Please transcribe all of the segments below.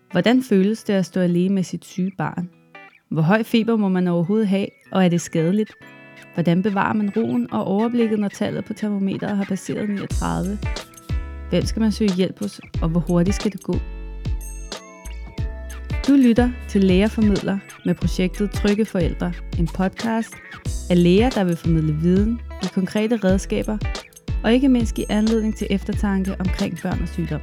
Hvordan føles det at stå alene med sit syge barn? Hvor høj feber må man overhovedet have, og er det skadeligt? Hvordan bevarer man roen og overblikket, når tallet på termometeret har passeret 39? Hvem skal man søge hjælp hos, og hvor hurtigt skal det gå? Du lytter til Læger Formidler med projektet Trygge Forældre, en podcast af læger, der vil formidle viden, give konkrete redskaber og ikke mindst give anledning til eftertanke omkring børn og sygdom.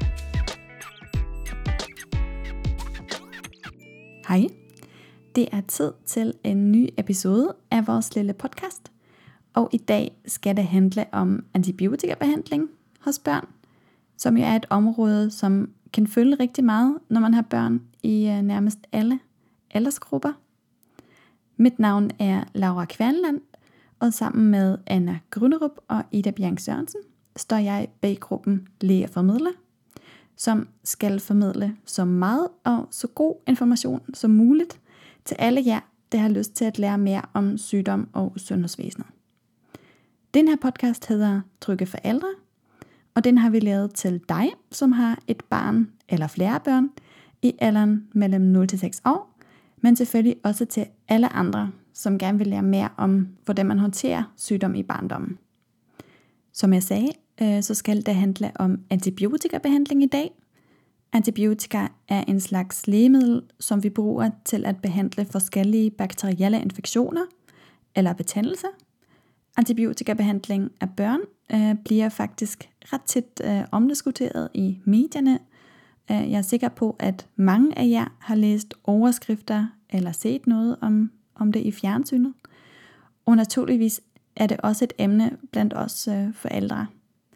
Hej, det er tid til en ny episode af vores lille podcast, og i dag skal det handle om antibiotikabehandling hos børn, som jo er et område, som kan følge rigtig meget, når man har børn i nærmest alle aldersgrupper. Mit navn er Laura Kværnland, og sammen med Anna Grünerup og Ida Bjerg Sørensen står jeg bag gruppen Læger Formidler, som skal formidle så meget og så god information som muligt til alle jer, der har lyst til at lære mere om sygdom og sundhedsvæsenet. Den her podcast hedder Trygge Forældre, og den har vi lavet til dig, som har et barn eller flere børn i alderen mellem 0 til 6 år, men selvfølgelig også til alle andre, som gerne vil lære mere om, hvordan man håndterer sygdom i barndommen. Som jeg sagde, så skal det handle om antibiotikabehandling i dag. Antibiotika er en slags lægemiddel, som vi bruger til at behandle forskellige bakterielle infektioner eller betændelser. Antibiotikabehandling af børn bliver faktisk ret tit omdiskuteret i medierne. Jeg er sikker på, at mange af jer har læst overskrifter eller set noget om det i fjernsynet. Og naturligvis er det også et emne blandt os forældre.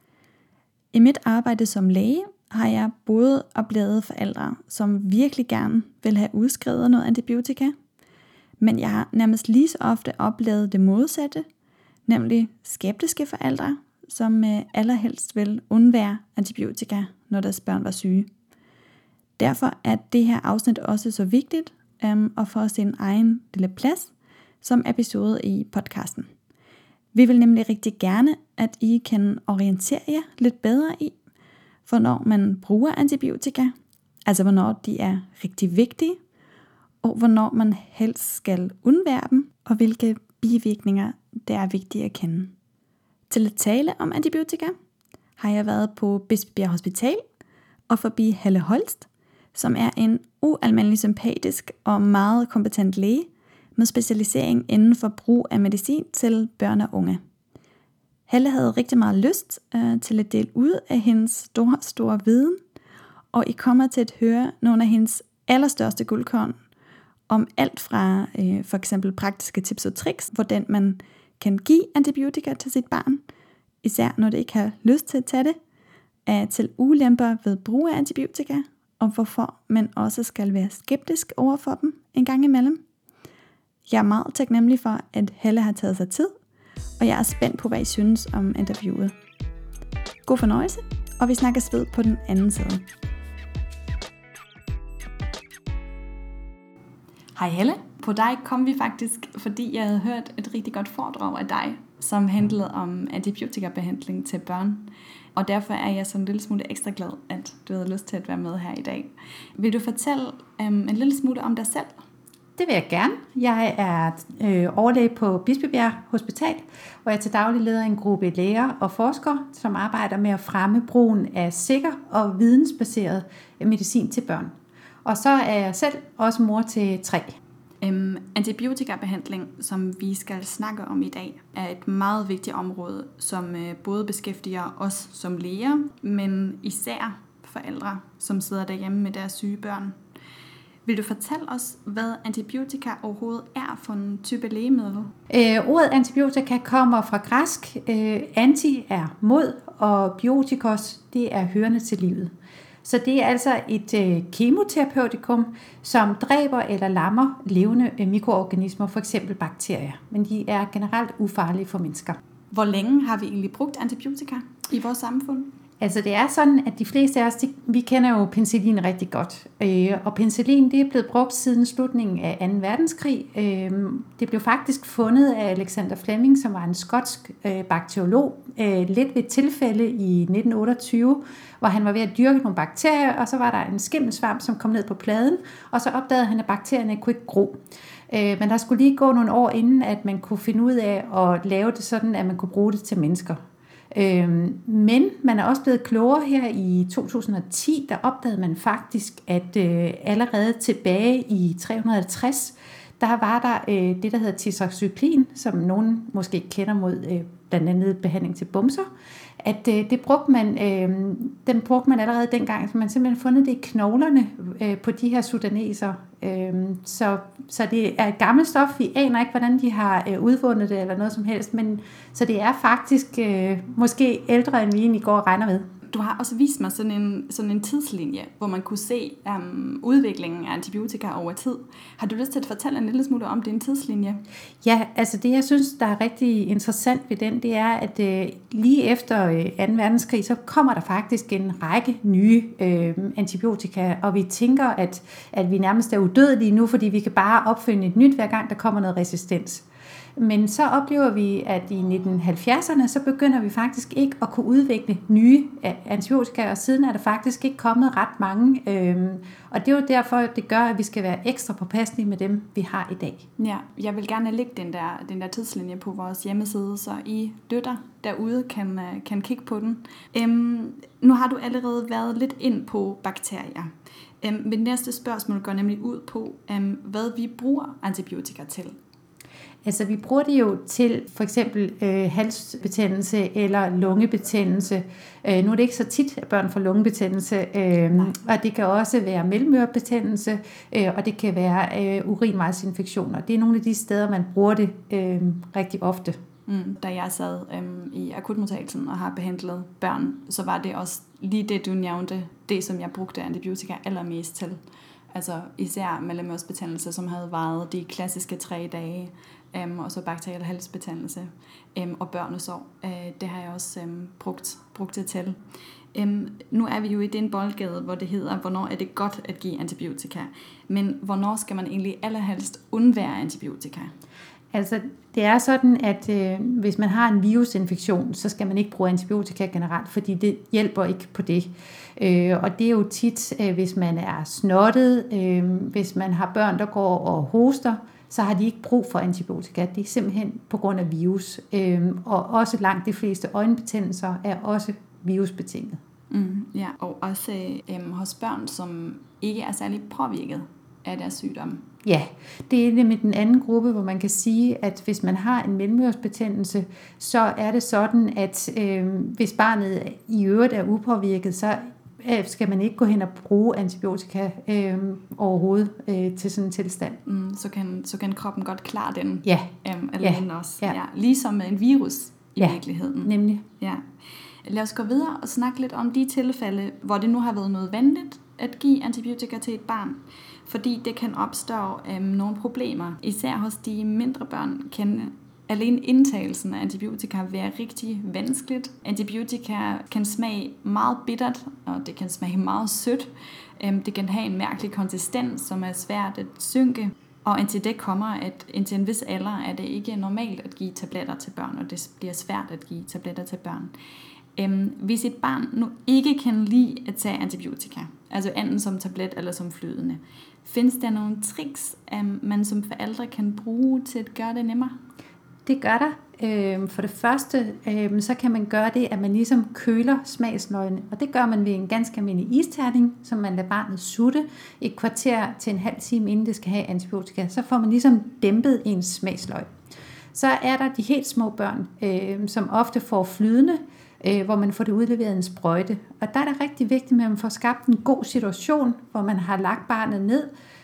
I mit arbejde som læge har jeg både oplevet forældre, som virkelig gerne vil have udskrevet noget antibiotika, men jeg har nærmest lige så ofte oplevet det modsatte, nemlig skeptiske forældre, som allerhelst vil undvære antibiotika, når deres børn var syge. Derfor er det her afsnit også så vigtigt at få sin egen lille plads som episode i podcasten. Vi vil nemlig rigtig gerne, at I kan orientere jer lidt bedre i, hvornår man bruger antibiotika, altså hvornår de er rigtig vigtige, og hvornår man helst skal undvære dem, og hvilke bivirkninger det er vigtigt at kende. Til at tale om antibiotika har jeg været på Bispebjerg Hospital og forbi Helle Holst, som er en ualmindelig sympatisk og meget kompetent læge med specialisering inden for brug af medicin til børn og unge. Helle havde rigtig meget lyst til at dele ud af hendes store viden, og I kommer til at høre nogle af hendes allerstørste guldkorn om alt fra for eksempel praktiske tips og tricks, hvordan man kan give antibiotika til sit barn, især når det ikke har lyst til at tage det, til ulemper ved brug af antibiotika, og hvorfor man også skal være skeptisk over for dem en gang imellem. Jeg er meget taknemmelig for, at Helle har taget sig tid, og jeg er spændt på, hvad I synes om interviewet. God fornøjelse, og vi snakkes ved på den anden side. Hej Helle, på dig kom vi faktisk, fordi jeg havde hørt et rigtig godt foredrag af dig, som handlede om antibiotikabehandling til børn. Og derfor er jeg sådan en lille smule ekstra glad, at du havde lyst til at være med her i dag. Vil du fortælle en lille smule om dig selv? Det vil jeg gerne. Jeg er overlæge på Bispebjerg Hospital, hvor jeg til daglig leder en gruppe læger og forskere, som arbejder med at fremme brugen af sikker og vidensbaseret medicin til børn. Og så er jeg selv også mor til 3. Antibiotikabehandling, som vi skal snakke om i dag, er et meget vigtigt område, som både beskæftiger os som læger, men især forældre, som sidder derhjemme med deres syge børn. Vil du fortælle os, hvad antibiotika overhovedet er for en type lægemiddel? Ordet antibiotika kommer fra græsk. Anti er mod, og biotikos, det er hørende til livet. Så det er altså et kemoterapeutikum, som dræber eller lammer levende mikroorganismer, f.eks. bakterier. Men de er generelt ufarlige for mennesker. Hvor længe har vi egentlig brugt antibiotika i vores samfund? Altså det er sådan, at de fleste af os, vi kender jo penicillin rigtig godt. Og penicillin, det er blevet brugt siden slutningen af 2. verdenskrig. Det blev faktisk fundet af Alexander Fleming, som var en skotsk bakteriolog, lidt ved et tilfælde i 1928, hvor han var ved at dyrke nogle bakterier, og så var der en skimmelsvamp, som kom ned på pladen, og så opdagede han, at bakterierne ikke kunne gro. Men der skulle lige gå nogle år, inden at man kunne finde ud af at lave det sådan, at man kunne bruge det til mennesker. Men man er også blevet klogere her i 2010, der opdagede man faktisk, at allerede tilbage i 350, der var der det, der hedder tetracyklin, som nogen måske kender mod blandt andet behandling til bumser, at den brugte man allerede dengang, så man simpelthen fundet det i knoglerne på de her sudaneser. Så det er et gammelt stof, vi aner ikke, hvordan de har udvundet det eller noget som helst, men så det er faktisk måske ældre, end vi egentlig går og regner med. Du har også vist mig sådan en tidslinje, hvor man kunne se udviklingen af antibiotika over tid. Har du lyst til at fortælle en lille smule om din tidslinje? Ja, altså det jeg synes, der er rigtig interessant ved den, det er, at lige efter 2. verdenskrig, så kommer der faktisk en række nye antibiotika, og vi tænker, at vi nærmest er udødelige nu, fordi vi kan bare opfinde et nyt, hver gang der kommer noget resistens. Men så oplever vi, at i 1970'erne, så begynder vi faktisk ikke at kunne udvikle nye antibiotika, og siden er der faktisk ikke kommet ret mange. Og det er jo derfor, det gør, at vi skal være ekstra påpasselige med dem, vi har i dag. Ja, jeg vil gerne lægge den der tidslinje på vores hjemmeside, så I lytter derude kan kigge på den. Nu har du allerede været lidt ind på bakterier. Mit næste spørgsmål går nemlig ud på, hvad vi bruger antibiotika til. Altså vi bruger det jo til for eksempel halsbetændelse eller lungebetændelse. Nu er det ikke så tit, at børn får lungebetændelse, og det kan også være mellemørebetændelse, og det kan være urinvejsinfektioner. Det er nogle af de steder, man bruger det rigtig ofte. Da jeg sad i akutmodtagelsen og har behandlet børn, så var det også lige det, du nævnte, det som jeg brugte antibiotika allermest til. Altså især mellemørebetændelse, som havde varet de klassiske 3 dage, og så bakteriel halsbetændelse og børnesår. Det har jeg også brugt det til. Nu er vi jo i den boldgade, hvor det hedder, hvornår er det godt at give antibiotika. Men hvornår skal man egentlig allerhelst undvære antibiotika? Altså, det er sådan, at hvis man har en virusinfektion, så skal man ikke bruge antibiotika generelt, fordi det hjælper ikke på det. Og det er jo tit, hvis man er snottet, hvis man har børn, der går og hoster, så har de ikke brug for antibiotika. Det er simpelthen på grund af virus. Og også langt de fleste øjenbetændelser er også virusbetinget. Ja, og også hos børn, som ikke er særlig påvirket af deres sygdom. Ja, det er nemlig den anden gruppe, hvor man kan sige, at hvis man har en mellemørebetændelse, så er det sådan, at hvis barnet i øvrigt er upåvirket, så skal man ikke gå hen og bruge antibiotika overhovedet til sådan en tilstand. Så kan kroppen godt klare den alene også. Ja. Ja, ligesom med en virus i virkeligheden. Nemlig. Ja. Lad os gå videre og snakke lidt om de tilfælde, hvor det nu har været nødvendigt at give antibiotika til et barn. Fordi det kan opstå nogle problemer. Især hos de mindre børn kan alene indtagelsen af antibiotika være rigtig vanskeligt. Antibiotika kan smage meget bittert, og det kan smage meget sødt. Det kan have en mærkelig konsistens, som er svært at synke. Og indtil det kommer, at indtil en vis alder er det ikke normalt at give tabletter til børn, og det bliver svært at give tabletter til børn. Hvis et barn nu ikke kan lide at tage antibiotika, altså enten som tablet eller som flydende, findes der nogle tricks, man som forældre kan bruge til at gøre det nemmere? Det gør der. For det første, så kan man gøre det, at man ligesom køler smagsløgene. Og det gør man ved en ganske almindelig isterning, som man lader barnet sutte et kvarter til en halv time, inden det skal have antibiotika. Så får man ligesom dæmpet ens smagsløg. Så er der de helt små børn, som ofte får flydende, hvor man får det udleveret en sprøjte. Og der er det rigtig vigtigt, at man får skabt en god situation, hvor man har lagt barnet ned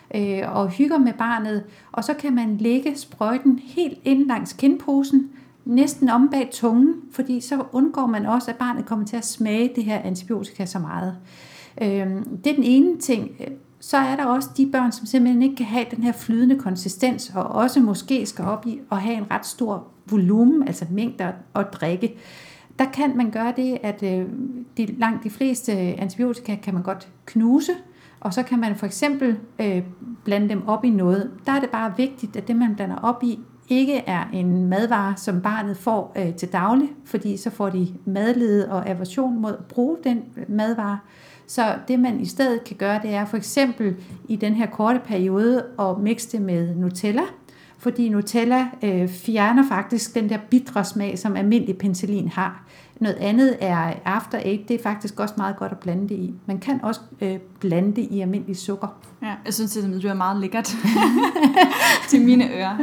og hygger med barnet, og så kan man lægge sprøjten helt ind langs kindposen, næsten om bag tungen, fordi så undgår man også, at barnet kommer til at smage det her antibiotika så meget. Det er den ene ting. Så er der også de børn, som simpelthen ikke kan have den her flydende konsistens, og også måske skal op i og have en ret stor volumen, altså mængder at drikke. Der kan man gøre det, at langt de fleste antibiotika kan man godt knuse, og så kan man for eksempel blande dem op i noget. Der er det bare vigtigt, at det man blander op i, ikke er en madvare, som barnet får til daglig, fordi så får de madlede og aversion mod at bruge den madvare. Så det man i stedet kan gøre, det er for eksempel i den her korte periode at mixe det med Nutella, fordi Nutella fjerner faktisk den der bitre smag, som almindelig penicillin har. Noget andet er After Eight, det er faktisk også meget godt at blande det i. Man kan også blande det i almindelig sukker. Ja, jeg synes, det lyder meget lækkert til mine ører,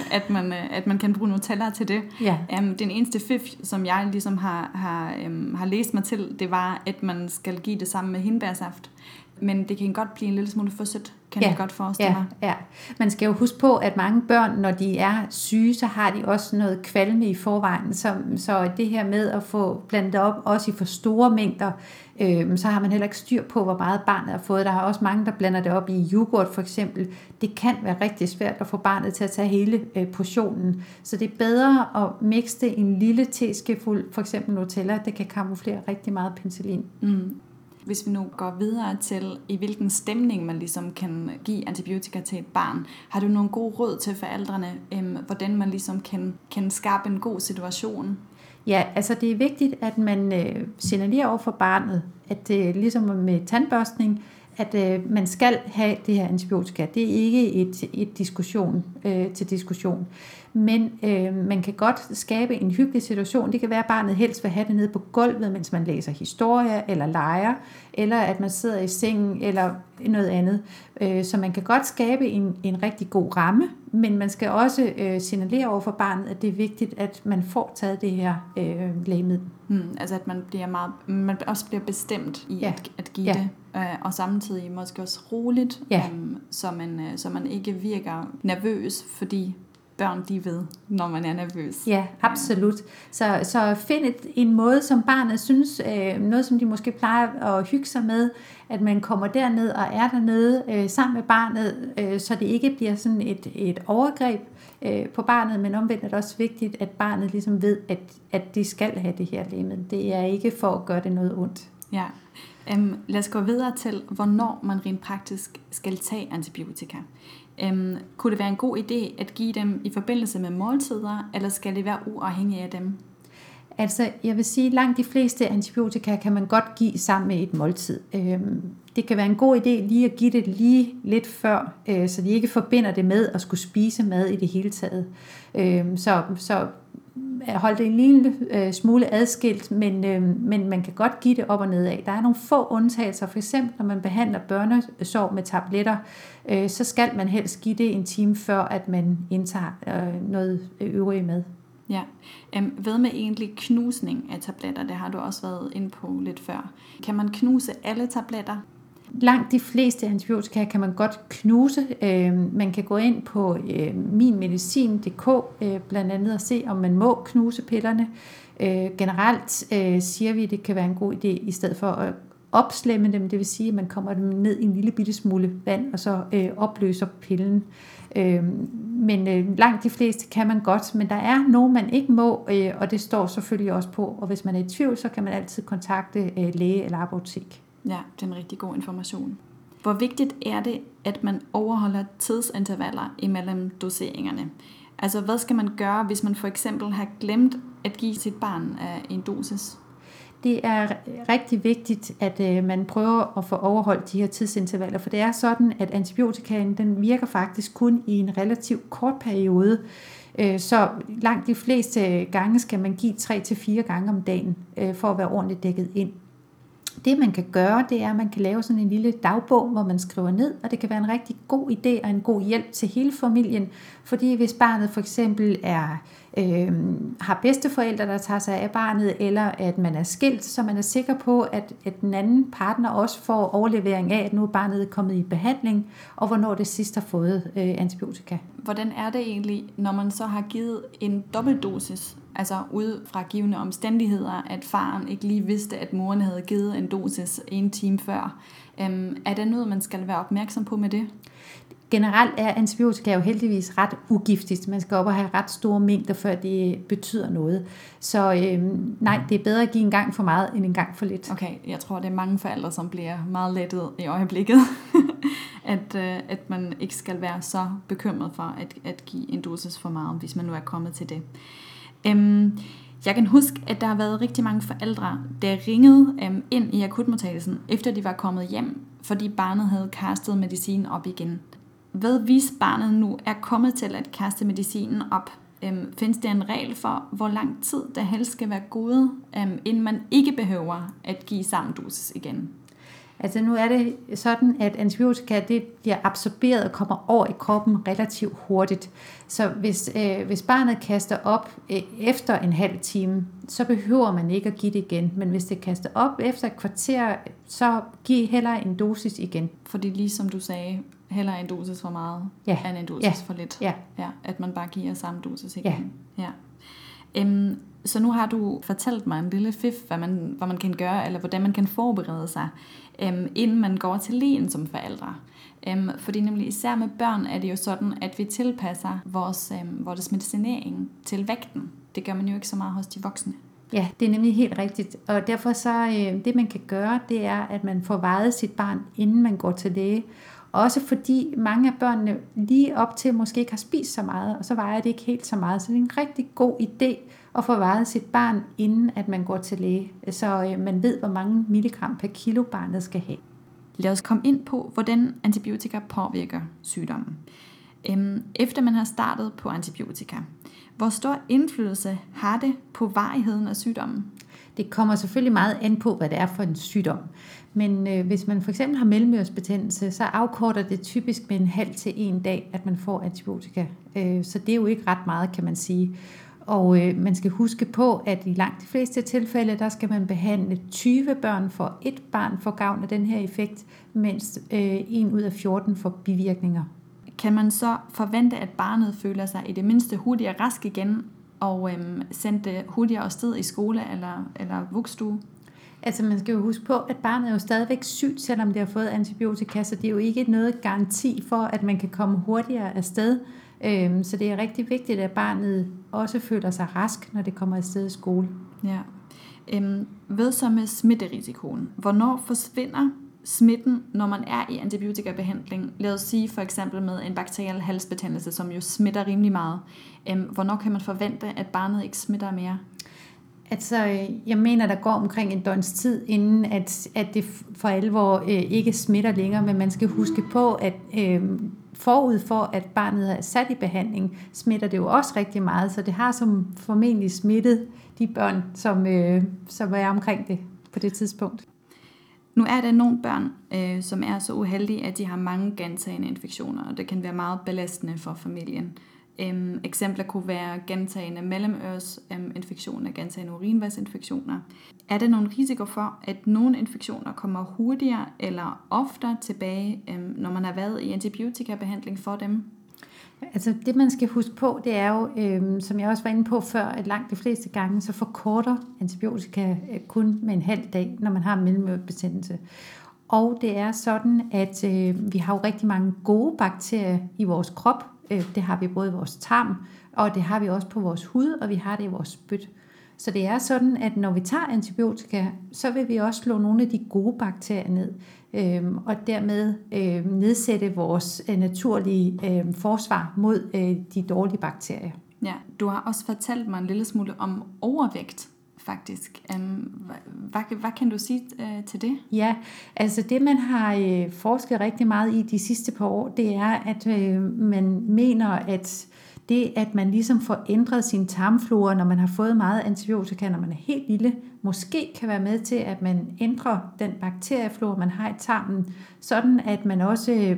at man kan bruge Nutella til det. Ja. Den eneste fif, som jeg ligesom har læst mig til, det var, at man skal give det sammen med hindbærsaft. Men det kan godt blive en lille smule for sødt, kan jeg godt forestille mig. Ja. Man skal jo huske på, at mange børn, når de er syge, så har de også noget kvalme i forvejen. Så det her med at få blandet op, også i for store mængder, så har man heller ikke styr på, hvor meget barnet har fået. Der er også mange, der blander det op i yoghurt for eksempel. Det kan være rigtig svært at få barnet til at tage hele portionen. Så det er bedre at mixe det i en lille teskefuld, for eksempel Nutella. Det kan kamuflere rigtig meget penicillin. Hvis vi nu går videre til, i hvilken stemning man ligesom kan give antibiotika til et barn, har du nogle gode råd til forældrene, hvordan man ligesom kan skabe en god situation? Ja, altså det er vigtigt, at man signalerer over for barnet, at ligesom med tandbørstning, at man skal have det her antibiotika. Det er ikke et diskussion til diskussion. Men man kan godt skabe en hyggelig situation. Det kan være, at barnet helst vil have det nede på gulvet, mens man læser historier eller leger, eller at man sidder i sengen eller noget andet. Så man kan godt skabe en rigtig god ramme, men man skal også signalere over for barnet, at det er vigtigt, at man får taget det her lægemiddel. Altså at man også bliver bestemt i at give det, og samtidig måske også roligt, så man ikke virker nervøs, fordi børn, de ved, når man er nervøs. Ja, absolut. Så find en måde, som barnet synes, noget som de måske plejer at hygge sig med, at man kommer derned og er dernede sammen med barnet, så det ikke bliver sådan et overgreb på barnet, men omvendt er det også vigtigt, at barnet ligesom ved, at de skal have det her lægemiddel. Det er ikke for at gøre det noget ondt. Ja. Lad os gå videre til, hvornår man rent praktisk skal tage antibiotika. Kunne det være en god idé at give dem i forbindelse med måltider, eller skal det være uafhængigt af dem? Altså, jeg vil sige, at langt de fleste antibiotika kan man godt give sammen med et måltid. Det kan være en god idé lige at give det lige lidt før, så de ikke forbinder det med at skulle spise mad i det hele taget. Så hold det en lille smule adskilt, men man kan godt give det op og ned af. Der er nogle få undtagelser. For eksempel, når man behandler børnesår med tabletter, så skal man helst give det en time før, at man indtager noget øvrigt med. Ja. Hvad med egentlig knusning af tabletter? Det har du også været inde på lidt før. Kan man knuse alle tabletter? Langt de fleste antibiotika kan man godt knuse. Man kan gå ind på minmedicin.dk blandt andet og se, om man må knuse pillerne. Generelt siger vi, at det kan være en god idé i stedet for at opslemme dem. Det vil sige, at man kommer dem ned i en lille bitte smule vand og så opløser pillen. Men langt de fleste kan man godt, men der er nogen, man ikke må, og det står selvfølgelig også på. Og hvis man er i tvivl, så kan man altid kontakte læge eller apotek. Ja, det er en rigtig god information. Hvor vigtigt er det, at man overholder tidsintervaller imellem doseringerne? Altså, hvad skal man gøre, hvis man for eksempel har glemt at give sit barn en dosis? Det er rigtig vigtigt, at man prøver at få overholdt de her tidsintervaller, for det er sådan, at antibiotikaen den virker faktisk kun i en relativt kort periode. Så langt de fleste gange skal man give 3-4 gange om dagen, for at være ordentligt dækket ind. Det man kan gøre, det er, at man kan lave sådan en lille dagbog, hvor man skriver ned, og det kan være en rigtig god idé og en god hjælp til hele familien, fordi hvis barnet for eksempel har bedsteforældre, der tager sig af barnet, eller at man er skilt, så man er sikker på, at den anden partner også får overlevering af, at nu er barnet kommet i behandling, og hvornår det sidst har fået antibiotika. Hvordan er det egentlig, når man så har givet en dobbeltdosis, altså ud fra givende omstændigheder, at faren ikke lige vidste, at moren havde givet en dosis en time før? Er det noget, man skal være opmærksom på med det? Generelt er antibiotika jo heldigvis ret ugiftigt. Man skal op og have ret store mængder, før det betyder noget. Så nej, det er bedre at give en gang for meget, end en gang for lidt. Okay, jeg tror, det er mange forældre, som bliver meget lettet i øjeblikket. at man ikke skal være så bekymret for at give en dosis for meget, hvis man nu er kommet til det. Jeg kan huske, at der har været rigtig mange forældre, der ringede ind i akutmodtagelsen, efter de var kommet hjem, fordi barnet havde kastet medicin op igen. Hvad hvis barnet nu er kommet til at kaste medicinen op? Findes der en regel for, hvor lang tid der helst skal være gået, inden man ikke behøver at give samme dosis igen? Altså nu er det sådan, at antibiotika det bliver absorberet og kommer over i kroppen relativt hurtigt. Så hvis barnet kaster op efter en halv time, så behøver man ikke at give det igen. Men hvis det kaster op efter et kvarter, så giv hellere en dosis igen. Fordi ligesom du sagde, hellere en dosis for meget, end en dosis for lidt. Ja. At man bare giver samme dosis igen. Ja. Så nu har du fortalt mig en lille fif, hvad man kan gøre, eller hvordan man kan forberede sig, inden man går til lægen som forældre. Fordi nemlig især med børn er det jo sådan, at vi tilpasser vores medicinering til vægten. Det gør man jo ikke så meget hos de voksne. Ja, det er nemlig helt rigtigt. Og derfor så, det man kan gøre, det er, at man får vejet sit barn, inden man går til læge. Også fordi mange af børnene lige op til måske ikke har spist så meget, og så vejer det ikke helt så meget. Så det er en rigtig god idé at få vejet sit barn, inden at man går til læge. Så man ved, hvor mange milligram per kilo barnet skal have. Lad os komme ind på, hvordan antibiotika påvirker sygdommen. Efter man har startet på antibiotika, hvor stor indflydelse har det på varigheden af sygdommen? Det kommer selvfølgelig meget an på, hvad det er for en sygdom. Men hvis man for eksempel har mellemørebetændelse, så afkorter det typisk med en halv til en dag, at man får antibiotika. Så det er jo ikke ret meget, kan man sige. Og man skal huske på, at i langt de fleste tilfælde, der skal man behandle 20 børn for et barn for gavn af den her effekt, mens 1 ud af 14 får bivirkninger. Kan man så forvente, at barnet føler sig i det mindste hurtigere rask igen, og sendt det hurtigere afsted i skole eller vuggestue? Altså man skal jo huske på, at barnet er jo stadigvæk sygt, selvom det har fået antibiotika, så det er jo ikke noget garanti for, at man kan komme hurtigere afsted. Så det er rigtig vigtigt, at barnet også føler sig rask, når det kommer afsted i skole. Ja. Hvad så med smitterisikoen? Hvornår forsvinder smitten, når man er i antibiotikabehandling? Lad os sige for eksempel med en bakteriel halsbetændelse, som jo smitter rimelig meget. Hvornår kan man forvente, at barnet ikke smitter mere? Altså, jeg mener, der går omkring en døgns tid, inden at det for alvor ikke smitter længere, men man skal huske på, at forud for, at barnet er sat i behandling, smitter det jo også rigtig meget, så det har som formentlig smittet de børn, som er omkring det på det tidspunkt. Nu er der nogle børn, som er så uheldige, at de har mange gentagende infektioner, og det kan være meget belastende for familien. Eksempler kunne være gentagende mellemøresinfektioner, gentagende urinvejsinfektioner. Er der nogen risiko for, at nogle infektioner kommer hurtigere eller oftere tilbage, når man har været i antibiotikabehandling for dem? Altså det man skal huske på, det er jo, som jeg også var inde på før, at langt de fleste gange, så forkorter antibiotika kun med en halv dag, når man har mellemørebetændelse. Og det er sådan, at vi har jo rigtig mange gode bakterier i vores krop. Det har vi både i vores tarm, og det har vi også på vores hud, og vi har det i vores spyt. Så det er sådan, at når vi tager antibiotika, så vil vi også slå nogle af de gode bakterier ned, og dermed nedsætte vores naturlige forsvar mod de dårlige bakterier. Ja, du har også fortalt mig en lille smule om overvægt, faktisk. Hvad kan du sige til det? Ja, altså det man har forsket rigtig meget i de sidste par år, det er, at man mener, at det, at man ligesom får ændret sin tarmflora, når man har fået meget antibiotika, når man er helt lille, måske kan være med til, at man ændrer den bakterieflora, man har i tarmen, sådan at man også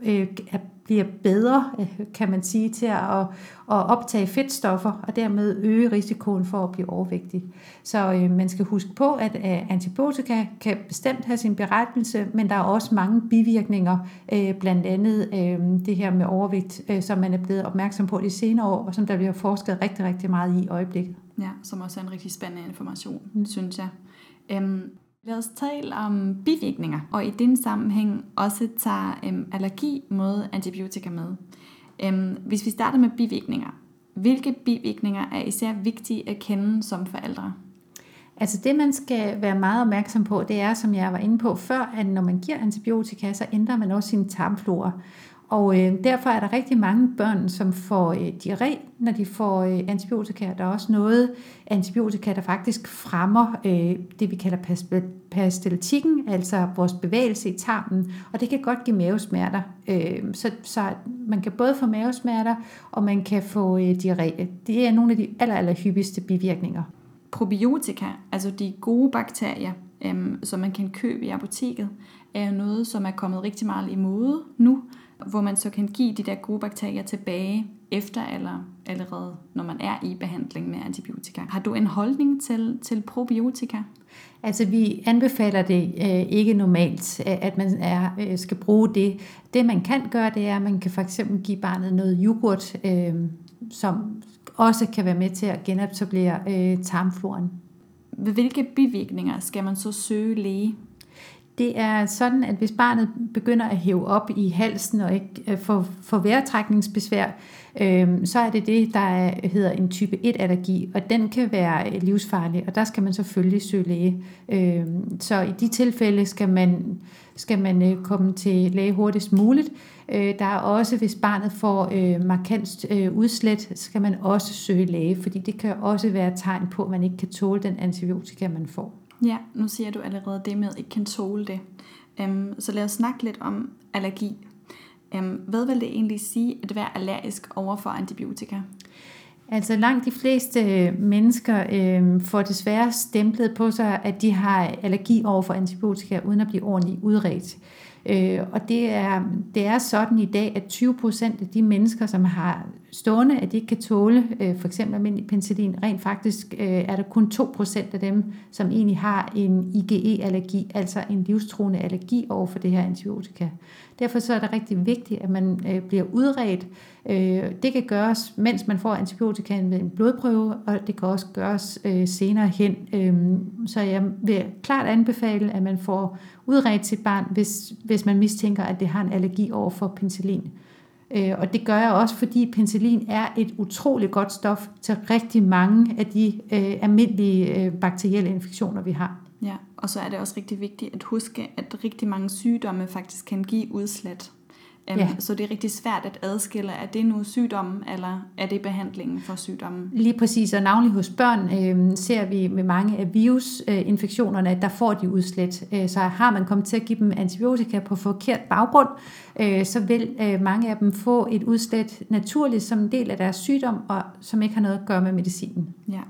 bliver bedre, kan man sige, til at optage fedtstoffer, og dermed øge risikoen for at blive overvægtig. Så man skal huske på, at antibiotika kan bestemt have sin berettigelse, men der er også mange bivirkninger, blandt andet det her med overvægt, som man er blevet opmærksom på de senere år, og som der bliver forsket rigtig, rigtig meget i øjeblikket. Ja, som også er en rigtig spændende information, synes jeg. Lad os tale om bivirkninger, og i den sammenhæng også tager allergi mod antibiotika med. Hvis vi starter med bivirkninger, hvilke bivirkninger er især vigtige at kende som forældre? Altså det, man skal være meget opmærksom på, det er, som jeg var inde på før, at når man giver antibiotika, så ændrer man også sin tarmflora. Og derfor er der rigtig mange børn, som får diarré, når de får antibiotika. Der er også noget antibiotika, der faktisk fremmer det, vi kalder peristaltikken, altså vores bevægelse i tarmen, og det kan godt give mavesmerter. Så man kan både få mavesmerter, og man kan få diarré. Det er nogle af de allerhyppigste bivirkninger. Probiotika, altså de gode bakterier, som man kan købe i apoteket, er noget, som er kommet rigtig meget i mode nu, hvor man så kan give de der gode bakterier tilbage efter eller allerede, når man er i behandling med antibiotika. Har du en holdning til probiotika? Altså vi anbefaler det ikke normalt, at man skal bruge det. Det man kan gøre, det er, at man kan for eksempel give barnet noget yoghurt, som også kan være med til at genetablere tarmfloren. Ved hvilke bivirkninger skal man så søge læge? Det er sådan, at hvis barnet begynder at hæve op i halsen og ikke får vejrtrækningsbesvær, så er det, der hedder en type 1-allergi, og den kan være livsfarlig, og der skal man selvfølgelig søge læge. Så i de tilfælde skal man komme til læge hurtigst muligt. Der er også, hvis barnet får markant udslæt, skal man også søge læge, fordi det kan også være et tegn på, at man ikke kan tåle den antibiotika, man får. Ja, nu siger du allerede det med, at ikke kan tåle det. Så lad os snakke lidt om allergi. Hvad vil det egentlig sige at være allergisk over for antibiotika? Altså langt de fleste mennesker får desværre stemplet på sig, at de har allergi over for antibiotika, uden at blive ordentligt udredt. Og det er sådan i dag, at 20% af de mennesker, som har stående, at de ikke kan tåle for eksempel almindelig penicillin, rent faktisk er der kun 2% af dem, som egentlig har en IgE-allergi, altså en livstruende allergi over for det her antibiotika. Derfor så er det rigtig vigtigt, at man bliver udredt. Det kan gøres, mens man får antibiotika med en blodprøve, og det kan også gøres senere hen. Så jeg vil klart anbefale, at man får udredt sit barn, hvis man mistænker, at det har en allergi over for penicillin. Og det gør jeg også, fordi penicillin er et utroligt godt stof til rigtig mange af de almindelige bakterielle infektioner, vi har. Ja, og så er det også rigtig vigtigt at huske, at rigtig mange sygdomme faktisk kan give udslæt. Ja. Så det er rigtig svært at adskille, er det nu sygdommen, eller er det behandlingen for sygdommen? Lige præcis, og navnlig hos børn ser vi med mange af virusinfektionerne, at der får de udslæt. Så har man kommet til at give dem antibiotika på forkert baggrund, så vil mange af dem få et udslæt naturligt som en del af deres sygdom, og som ikke har noget at gøre med medicinen. Ja.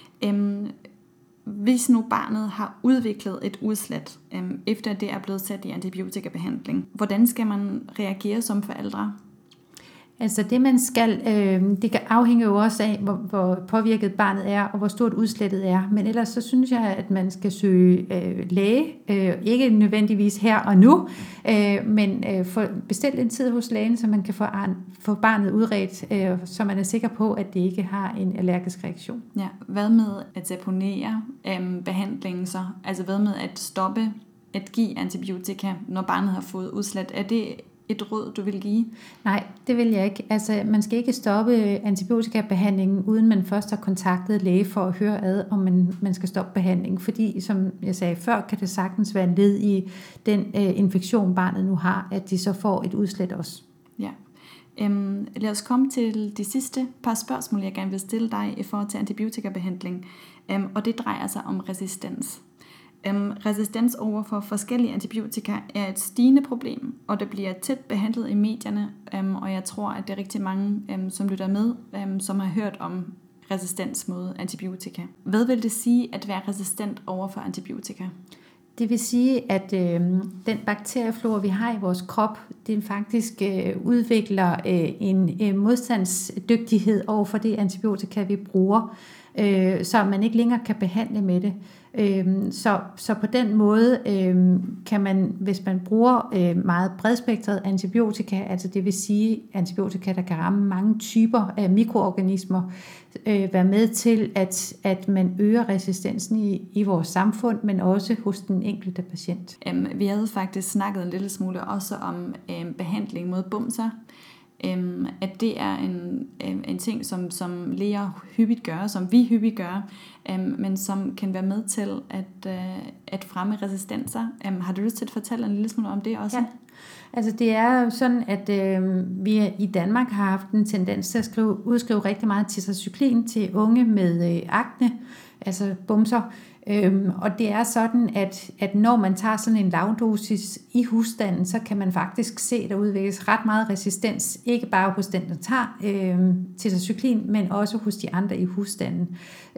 Hvis nu barnet har udviklet et udslæt, efter det er blevet sat i antibiotikabehandling, hvordan skal man reagere som forældre? Altså det man skal, det kan afhænge jo også af, hvor påvirket barnet er, og hvor stort udslættet er. Men ellers så synes jeg, at man skal søge læge, ikke nødvendigvis her og nu, men få bestilt en tid hos lægen, så man kan få barnet udredt, så man er sikker på, at det ikke har en allergisk reaktion. Ja, hvad med at seponere behandlingen så? Altså hvad med at stoppe at give antibiotika, når barnet har fået udslæt? Er det et råd, du vil give? Nej, det vil jeg ikke. Altså, man skal ikke stoppe antibiotikabehandlingen, uden man først har kontaktet læge for at høre ad, om man skal stoppe behandlingen. Fordi, som jeg sagde før, kan det sagtens være en led i den infektion, barnet nu har, at de så får et udslæt også. Ja. Lad os komme til de sidste par spørgsmål, jeg gerne vil stille dig i forhold til antibiotikabehandling. Og det drejer sig om resistens. Resistens over for forskellige antibiotika er et stigende problem, og det bliver tæt behandlet i medierne, og jeg tror, at det er rigtig mange, som lytter med, som har hørt om resistens mod antibiotika. Hvad vil det sige at være resistent over for antibiotika? Det vil sige, at den bakterieflora, vi har i vores krop, den faktisk udvikler en modstandsdygtighed over for det antibiotika, vi bruger. så man ikke længere kan behandle med det. Så på den måde kan man, hvis man bruger meget bredspektret antibiotika, altså det vil sige antibiotika, der kan ramme mange typer af mikroorganismer, være med til, at man øger resistensen i vores samfund, men også hos den enkelte patient. Vi havde faktisk snakket en lille smule også om behandling mod bumser. At det er en ting, som læger hyppigt gør, som vi hyppigt gør, men som kan være med til at fremme resistenser. Har du lyst til at fortælle en lille smule om det også? Ja. Altså det er jo sådan, at vi i Danmark har haft en tendens til at udskrive rigtig meget tetracyklin til unge med akne, altså bumser. Og det er sådan, at når man tager sådan en lavdosis i husstanden, så kan man faktisk se, at der udvikles ret meget resistens, ikke bare hos den, der tager tetracyklin, men også hos de andre i husstanden.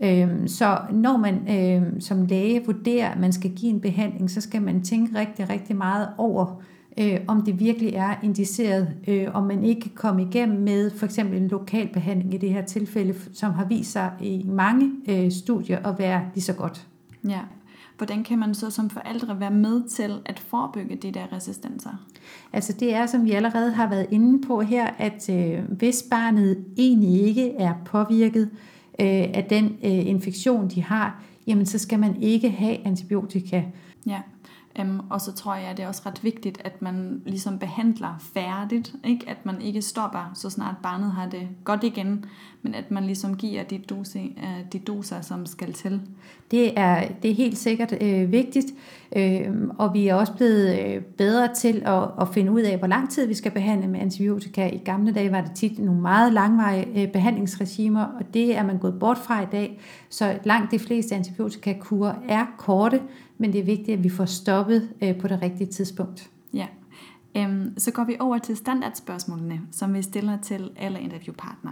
Så når man som læge vurderer, at man skal give en behandling, så skal man tænke rigtig, rigtig meget over, om det virkelig er indiceret, om man ikke kan komme igennem med for eksempel en lokal behandling i det her tilfælde, som har vist sig i mange studier at være lige så godt. Ja. Hvordan kan man så som forældre være med til at forebygge de der resistenser? Altså det er, som vi allerede har været inde på her, at hvis barnet egentlig ikke er påvirket af den infektion, de har, jamen så skal man ikke have antibiotika. Ja. Og så tror jeg, at det er også ret vigtigt, at man ligesom behandler færdigt, ikke? At man ikke stopper, så snart barnet har det godt igen, men at man ligesom giver de doser, som skal til. Det er helt sikkert vigtigt, og vi er også blevet bedre til at finde ud af, hvor lang tid vi skal behandle med antibiotika. I gamle dage var det tit nogle meget langvarige behandlingsregimer, og det er man gået bort fra i dag. Så langt de fleste antibiotikakurer er korte, men det er vigtigt, at vi får stoppet på det rigtige tidspunkt. Ja. Så går vi over til standardspørgsmålene, som vi stiller til alle interviewpartnere.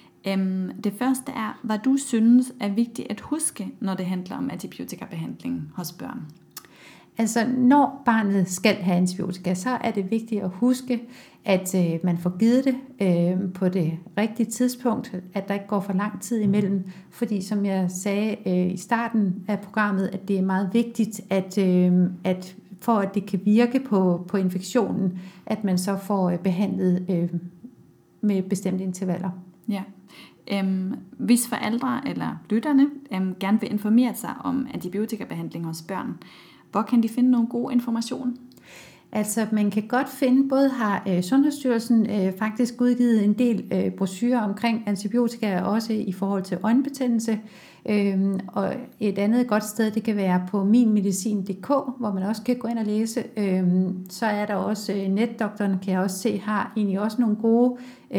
Det første er, hvad du synes er vigtigt at huske, når det handler om antibiotikabehandling hos børn. Altså, når barnet skal have antibiotika, så er det vigtigt at huske, at man får givet det på det rigtige tidspunkt, at der ikke går for lang tid imellem, fordi som jeg sagde i starten af programmet, at det er meget vigtigt, at for at det kan virke på infektionen, at man så får behandlet med bestemte intervaller. Ja. Hvis forældre eller lytterne gerne vil informere sig om antibiotikabehandling hos børn, hvor kan de finde nogle gode information? Altså man kan godt finde, både har Sundhedsstyrelsen faktisk udgivet en del brochurer omkring antibiotika, også i forhold til øjenbetændelse. Og et andet godt sted, det kan være på minmedicin.dk, hvor man også kan gå ind og læse. Så er der også netdoktoren, kan jeg også se, har egentlig også nogle gode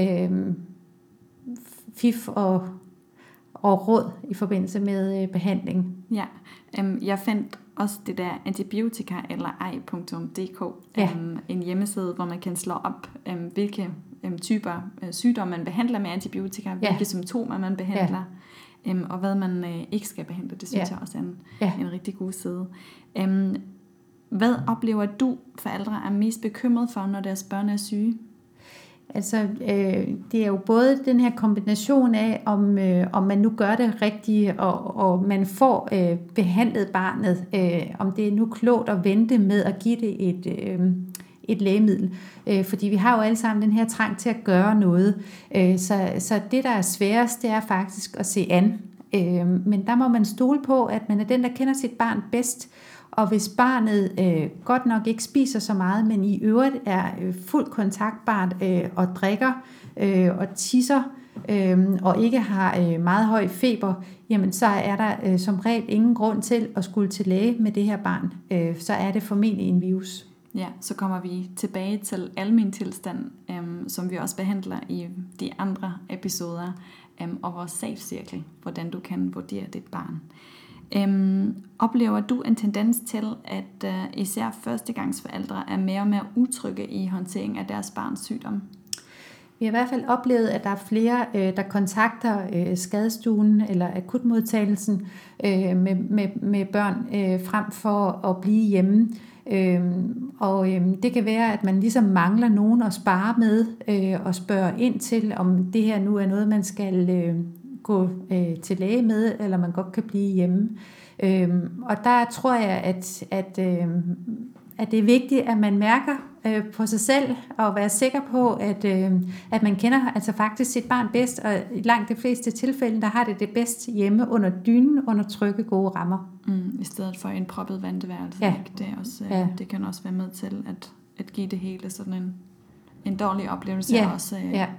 fif og råd i forbindelse med behandling. Ja, jeg fandt også det der antibiotika eller ej.dk, en hjemmeside, hvor man kan slå op, hvilke typer sygdomme man behandler med antibiotika, hvilke symptomer man behandler, og hvad man ikke skal behandle. Det synes jeg også er en rigtig god side. Hvad oplever du, forældre, er mest bekymret for, når deres børn er syge? Altså, det er jo både den her kombination af, om man nu gør det rigtigt, og man får behandlet barnet, om det er nu klogt at vente med at give det et lægemiddel. Fordi vi har jo alle sammen den her trang til at gøre noget. Så det, der er sværest, det er faktisk at se an. Men der må man stole på, at man er den, der kender sit barn bedst. Og hvis barnet godt nok ikke spiser så meget, men i øvrigt er fuldt kontaktbart og drikker og tisser og ikke har meget høj feber, jamen så er der som regel ingen grund til at skulle til læge med det her barn. Så er det formentlig en virus. Ja, så kommer vi tilbage til almen tilstand, som vi også behandler i de andre episoder, og vores sagscirkel, hvordan du kan vurdere dit barn. Oplever du en tendens til, at især førstegangsforældre er mere og mere utrygge i håndtering af deres barns sygdom? Vi har i hvert fald oplevet, at der er flere, der kontakter skadestuen eller akutmodtagelsen med børn frem for at blive hjemme. Og det kan være, at man ligesom mangler nogen at spare med og spørge ind til, om det her nu er noget, man skal gå til læge med, eller man godt kan blive hjemme. Og der tror jeg, at det er vigtigt, at man mærker på sig selv, og være sikker på, at man kender altså faktisk sit barn bedst, og i langt de fleste tilfælde, der har det bedst hjemme under dynen, under trygge, gode rammer. I stedet for en proppet venteværelse. Ja. Det er også, det kan også være med til at give det hele sådan en dårlig oplevelse. Ja. Også.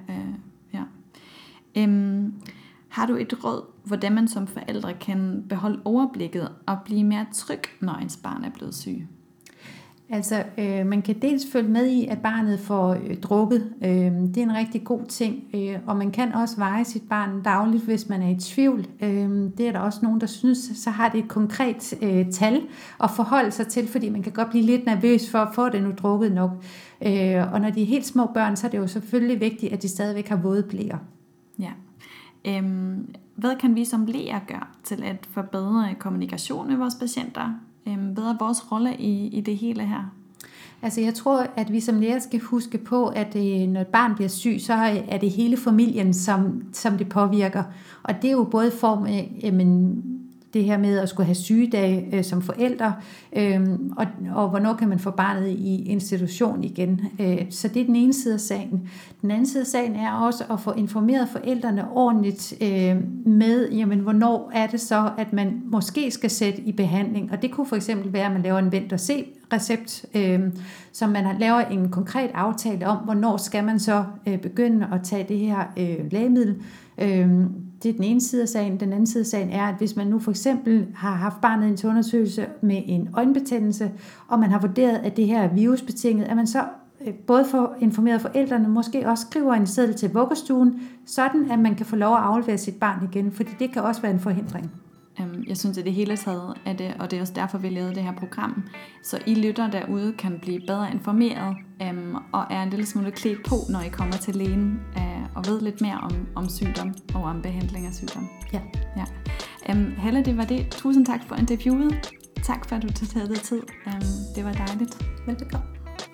Har du et råd, hvordan man som forældre kan beholde overblikket og blive mere tryg, når ens barn er blevet syg? Altså, man kan dels følge med i, at barnet får drukket. Det er en rigtig god ting. Og man kan også veje sit barn dagligt, hvis man er i tvivl. Det er der også nogen, der synes, så har det et konkret tal at forholde sig til, fordi man kan godt blive lidt nervøs for at få det nu drukket nok. Og når de er helt små børn, så er det jo selvfølgelig vigtigt, at de stadigvæk har våde bleer. Ja. Hvad kan vi som læger gøre til at forbedre kommunikation med vores patienter? Hvad er vores rolle i det hele her? Altså jeg tror, at vi som læger skal huske på, at når et barn bliver syg, så er det hele familien, som det påvirker. Og det er jo både form af det her med at skulle have sygedage som forældre, og hvornår kan man få barnet i institution igen. Så det er den ene side af sagen. Den anden side af sagen er også at få informeret forældrene ordentligt med, jamen hvornår er det så, at man måske skal sætte i behandling. Og det kunne for eksempel være, at man laver en vent og se recept, så man laver en konkret aftale om, hvornår skal man så begynde at tage det her lægemiddel. Det er den ene side af sagen. Den anden side af sagen er, at hvis man nu for eksempel har haft barnet ind til undersøgelse med en øjenbetændelse, og man har vurderet, at det her er virusbetinget, at man så både får informeret forældrene, måske også skriver en seddel til vuggestuen, sådan at man kan få lov at aflevere sit barn igen, fordi det kan også være en forhindring. Jeg synes, at det hele taget er det, og det er også derfor, vi lavede det her program, så I lytter derude kan blive bedre informeret og er en lille smule klædt på, når I kommer til lægen og ved lidt mere om sygdom og om behandling af sygdom. Ja. Helle, det var det. Tusind tak for interviewet. Tak for, at du taget dig tid. Det var dejligt. Velbekomme.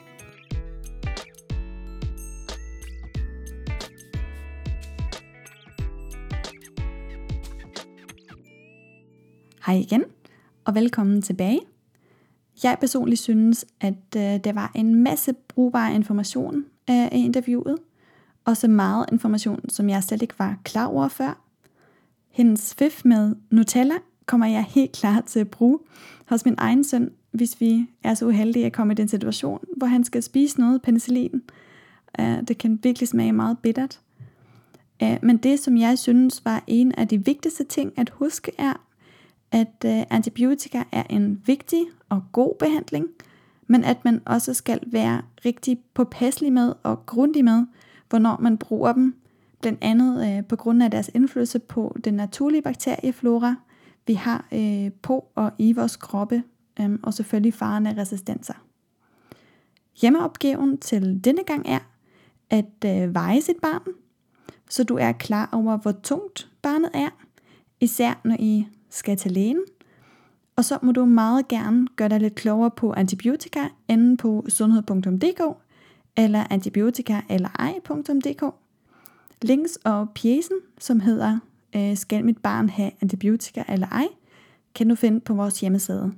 Hej igen, og velkommen tilbage. Jeg personligt synes, at der var en masse brugbar information i interviewet. Også meget information, som jeg slet ikke var klar over før. Hendes fif med Nutella kommer jeg helt klar til at bruge hos min egen søn, hvis vi er så uheldige at komme i den situation, hvor han skal spise noget penicillin. Det kan virkelig smage meget bittert. Men det, som jeg synes var en af de vigtigste ting at huske, er, at antibiotika er en vigtig og god behandling, men at man også skal være rigtig påpasselig med og grundig med, hvornår man bruger dem, blandt andet på grund af deres indflydelse på den naturlige bakterieflora, vi har på og i vores kroppe, og selvfølgelig faren af resistenser. Hjemmeopgaven til denne gang er at veje sit barn, så du er klar over, hvor tungt barnet er, især når I skal til lægen. Og så må du meget gerne gøre dig lidt klogere på antibiotika, enten på sundhed.dk eller antibiotikaellerej.dk. Links og pjecen, som hedder Skal mit barn have antibiotika eller ej, kan du finde på vores hjemmeside.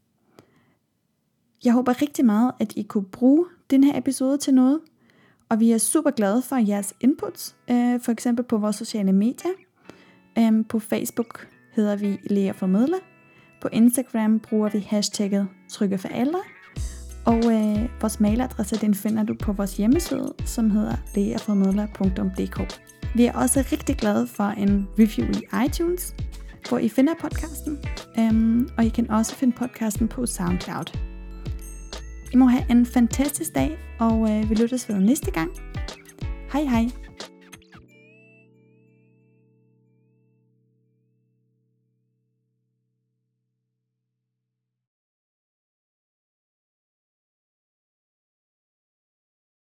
Jeg håber rigtig meget, at I kunne bruge den her episode til noget, og vi er super glade for jeres inputs, for eksempel på vores sociale medier. På Facebook hedder vi Læger Formidler. På Instagram bruger vi hashtagget tryggeforældre. Og vores mailadresse, den finder du på vores hjemmeside, som hedder lægerformidler.dk. Vi er også rigtig glade for en review i iTunes, hvor I finder podcasten. Og I kan også finde podcasten på SoundCloud. I må have en fantastisk dag, og vi lyttes ved næste gang. Hej hej!